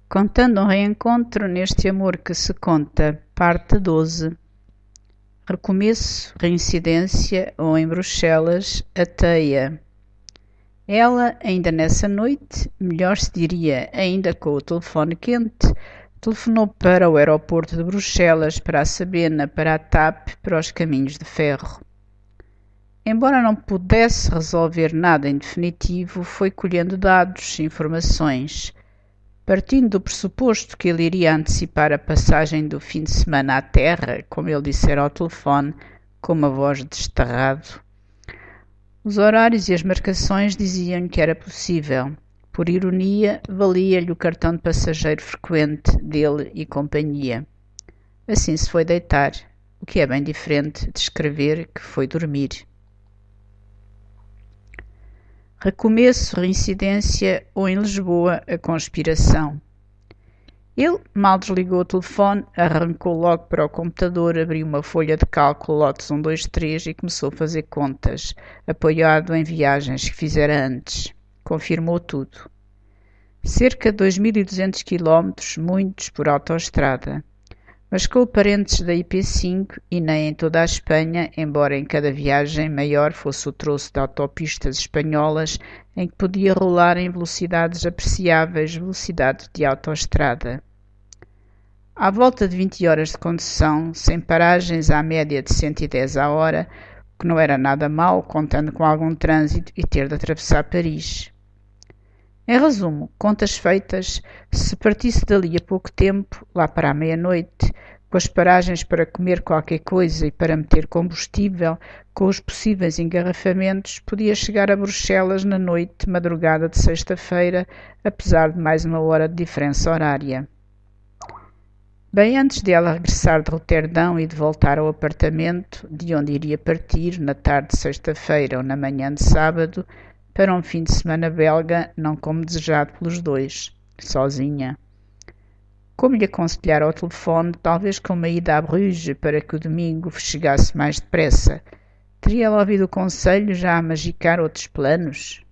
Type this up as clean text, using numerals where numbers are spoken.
Contando um reencontro neste amor que se conta, parte 12. Recomeço, reincidência ou em Bruxelas, a teia. Ela, ainda nessa noite, melhor se diria ainda com o telefone quente, telefonou para o aeroporto de Bruxelas, para a Sabena, para a TAP, para os caminhos de ferro. Embora não pudesse resolver nada em definitivo, foi colhendo dados, informações. Partindo do pressuposto que ele iria antecipar a passagem do fim de semana à Terra, como ele dissera ao telefone, com uma voz de desterrado, os horários e as marcações diziam-lhe que era possível. Por ironia, valia-lhe o cartão de passageiro frequente dele e companhia. Assim se foi deitar, o que é bem diferente de escrever que foi dormir. Recomeço, reincidência ou em Lisboa, a conspiração. Ele mal desligou o telefone, arrancou logo para o computador, abriu uma folha de cálculo, lotes 1, 2, 3 e começou a fazer contas, apoiado em viagens que fizera antes. Confirmou tudo. Cerca de 2.200 quilómetros, muitos por autoestrada. Mas com parentes da IP5 e nem em toda a Espanha, embora em cada viagem maior fosse o troço de autopistas espanholas em que podia rolar em velocidades apreciáveis, velocidade de autoestrada. À volta de 20 horas de condução, sem paragens à média de 110 a hora, o que não era nada mau, contando com algum trânsito e ter de atravessar Paris. Em resumo, contas feitas, se partisse dali a pouco tempo, lá para a meia-noite, com as paragens para comer qualquer coisa e para meter combustível, com os possíveis engarrafamentos, podia chegar a Bruxelas na noite, madrugada de sexta-feira, apesar de mais uma hora de diferença horária. Bem antes de ela regressar de Roterdão e de voltar ao apartamento, de onde iria partir, na tarde de sexta-feira ou na manhã de sábado, para um fim de semana belga, não como desejado pelos dois, sozinha. Como lhe aconselhar ao telefone, talvez com uma ida a Bruges para que o domingo chegasse mais depressa. Teria ela ouvido o conselho já a magicar outros planos?